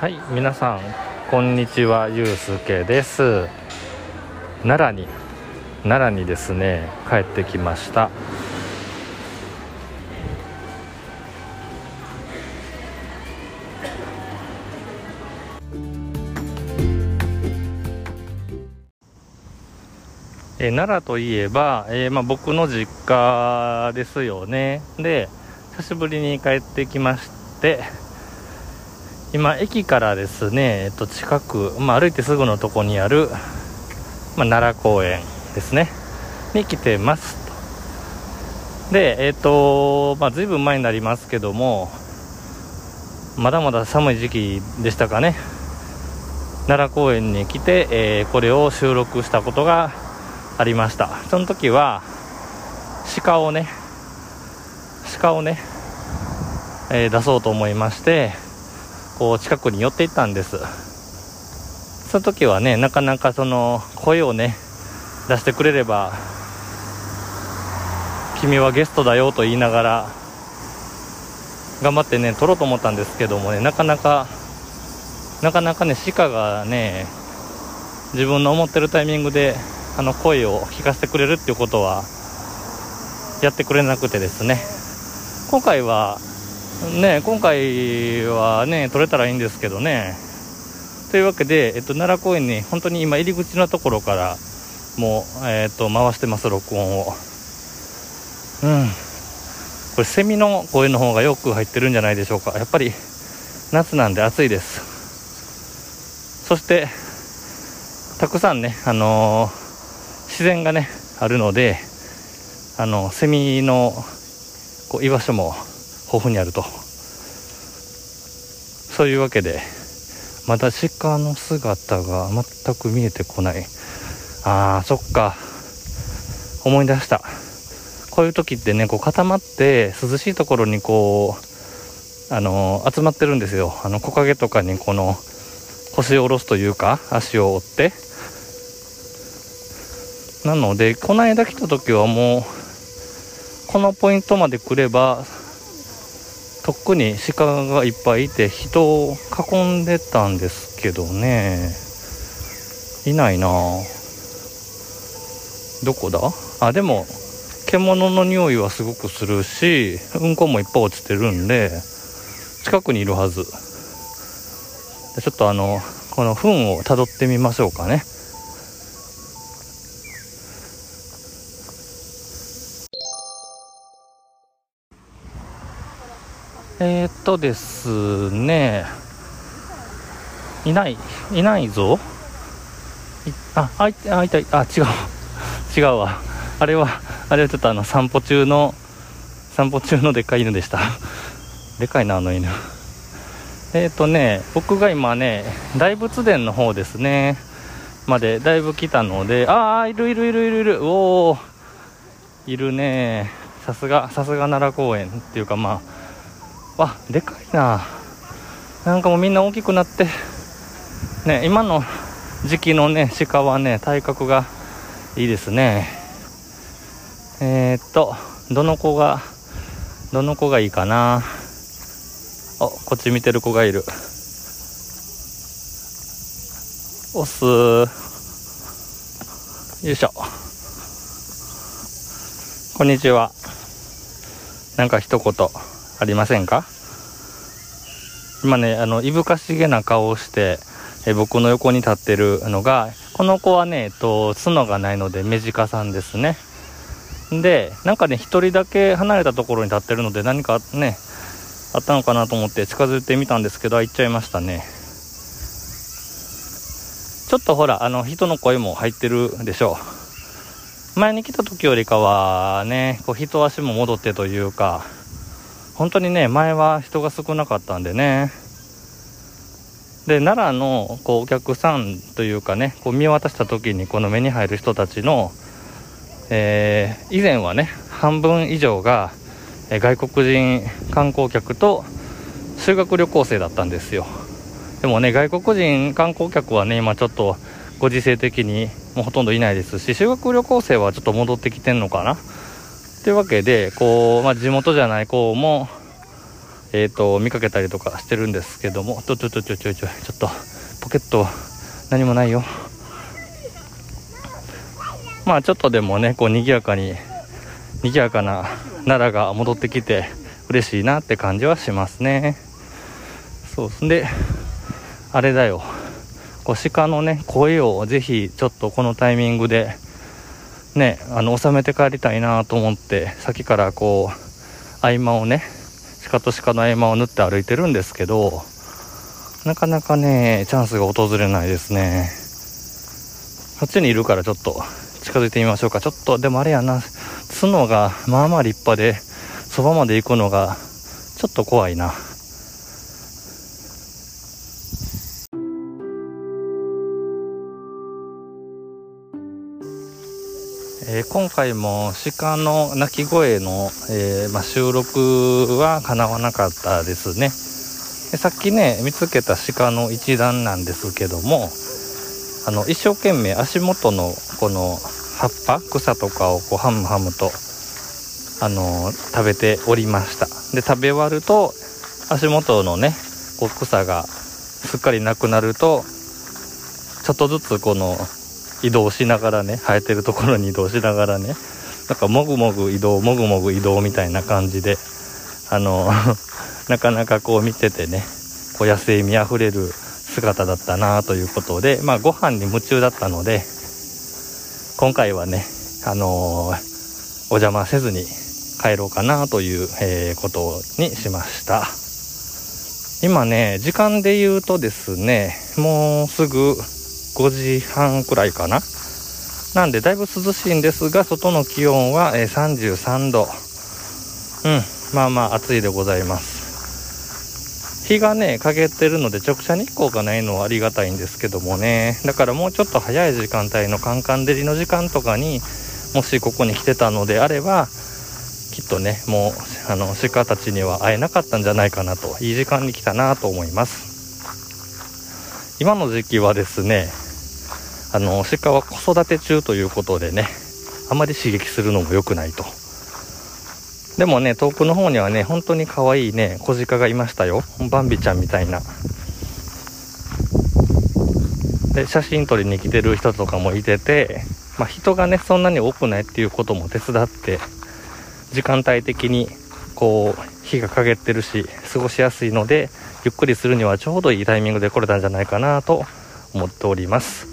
はい、皆さんこんにちは、ゆうすけです。奈良にですね、帰ってきました。奈良といえば、僕の実家ですよね。で、久しぶりに帰ってきまして、今駅からですね、近く、歩いてすぐのとこにある、奈良公園ですねに来てますと。で、ずいぶん前になりますけども、まだまだ寒い時期でしたかね。奈良公園に来て、これを収録したことがありました。その時は鹿をね、出そうと思いまして、こう近くに寄っていったんです。その時はね、なかなかその声をね出してくれれば、君はゲストだよと言いながら頑張ってね撮ろうと思ったんですけどもね、なかなかね、鹿がね自分の思ってるタイミングで声を聞かせてくれるっていうことはやってくれなくてですね、今回はね撮れたらいいんですけどね。というわけで、奈良公園に本当に今入り口のところからもう、回してます、録音を。これセミの声の方がよく入ってるんじゃないでしょうか。やっぱり夏なんで暑いです。そしてたくさんね、自然がねあるので、セミの居場所も豊富にあると。そういうわけで、まだ鹿の姿が全く見えてこない。そっか、思い出した。こういう時ってね、こう固まって涼しいところにこう集まってるんですよ。木陰とかにこの腰を下ろすというか、足を折って。なのでこの間来た時はもうこのポイントまで来ればとっくに鹿がいっぱいいて人を囲んでたんですけどね、いないな。どこだ。でも獣の匂いはすごくするし、うんこもいっぱい落ちてるんで近くにいるはず。ちょっとこの糞を辿ってみましょうかね。ですね、いないぞ。いた。違うわ。あれはちょっと散歩中のでっかい犬でした。でかいな、犬。僕が今ね、大仏殿の方ですねまでだいぶ来たので、いる。おー、いるね。さすが奈良公園っていうか、でかいな。なんかもうみんな大きくなってね、今の時期のね鹿はね体格がいいですね。どの子がいいかな。こっち見てる子がいる。オス、よいしょ。こんにちは。なんか一言ありませんか。今ね、いぶかしげな顔をして僕の横に立ってるのが、この子はね、角がないのでメジカさんですね。で、なんかね、一人だけ離れたところに立ってるので、何かねあったのかなと思って近づいてみたんですけど、行っちゃいましたね。ちょっとほら、人の声も入ってるでしょう。前に来た時よりかはね、こう人足も戻ってというか、本当にね、前は人が少なかったんでね。で、奈良のこうお客さんというかね、こう見渡した時にこの目に入る人たちの、以前はね、半分以上が外国人観光客と修学旅行生だったんですよ。でもね、外国人観光客はね、今ちょっとご時世的にもうほとんどいないですし、修学旅行生はちょっと戻ってきてんのかな。というわけで、こう、地元じゃない子も見かけたりとかしてるんですけども、ちょっとポケット何もないよ。まあちょっとでもねこう賑やかな奈良が戻ってきて嬉しいなって感じはしますね。そうで、あれだよ、こう鹿のね声をぜひちょっとこのタイミングでね収めて帰りたいなと思って、さっきからこう合間をね、鹿と鹿の合間を縫って歩いてるんですけど、なかなかねチャンスが訪れないですね。こっちにいるからちょっと近づいてみましょうか。ちょっとでもあれやな、角がまあまあ立派でそばまで行くのがちょっと怖いな。今回も鹿の鳴き声の、収録は叶わなかったですね。さっきね見つけた鹿の一団なんですけども、一生懸命足元のこの葉っぱ草とかをこうハムハムと食べておりました。で食べ終わると足元のねこう草がすっかりなくなると、ちょっとずつこの移動しながらね、生えてるところに移動しながらね、なんかもぐもぐ移動みたいな感じでなかなかこう見ててね、こう野生味あふれる姿だったなということで、ご飯に夢中だったので今回はねお邪魔せずに帰ろうかなという、ことにしました。今ね時間で言うとですね、もうすぐ5時半くらいかな。なんでだいぶ涼しいんですが、外の気温は、33度。まあまあ暑いでございます。日がね陰ってるので直射日光がないのはありがたいんですけどもね、だからもうちょっと早い時間帯のカンカン照りの時間とかにもしここに来てたのであれば、きっとねもう鹿たちには会えなかったんじゃないかなと、いい時間に来たなと思います。今の時期はですね鹿は子育て中ということでね、あまり刺激するのも良くないと。でもね遠くの方にはね本当に可愛いね子鹿がいましたよ。バンビちゃんみたいな。で写真撮りに来てる人とかもいてて、人がねそんなに多くないっていうことも手伝って、時間帯的にこう日が陰ってるし過ごしやすいので、ゆっくりするにはちょうどいいタイミングで来れたんじゃないかなと思っております。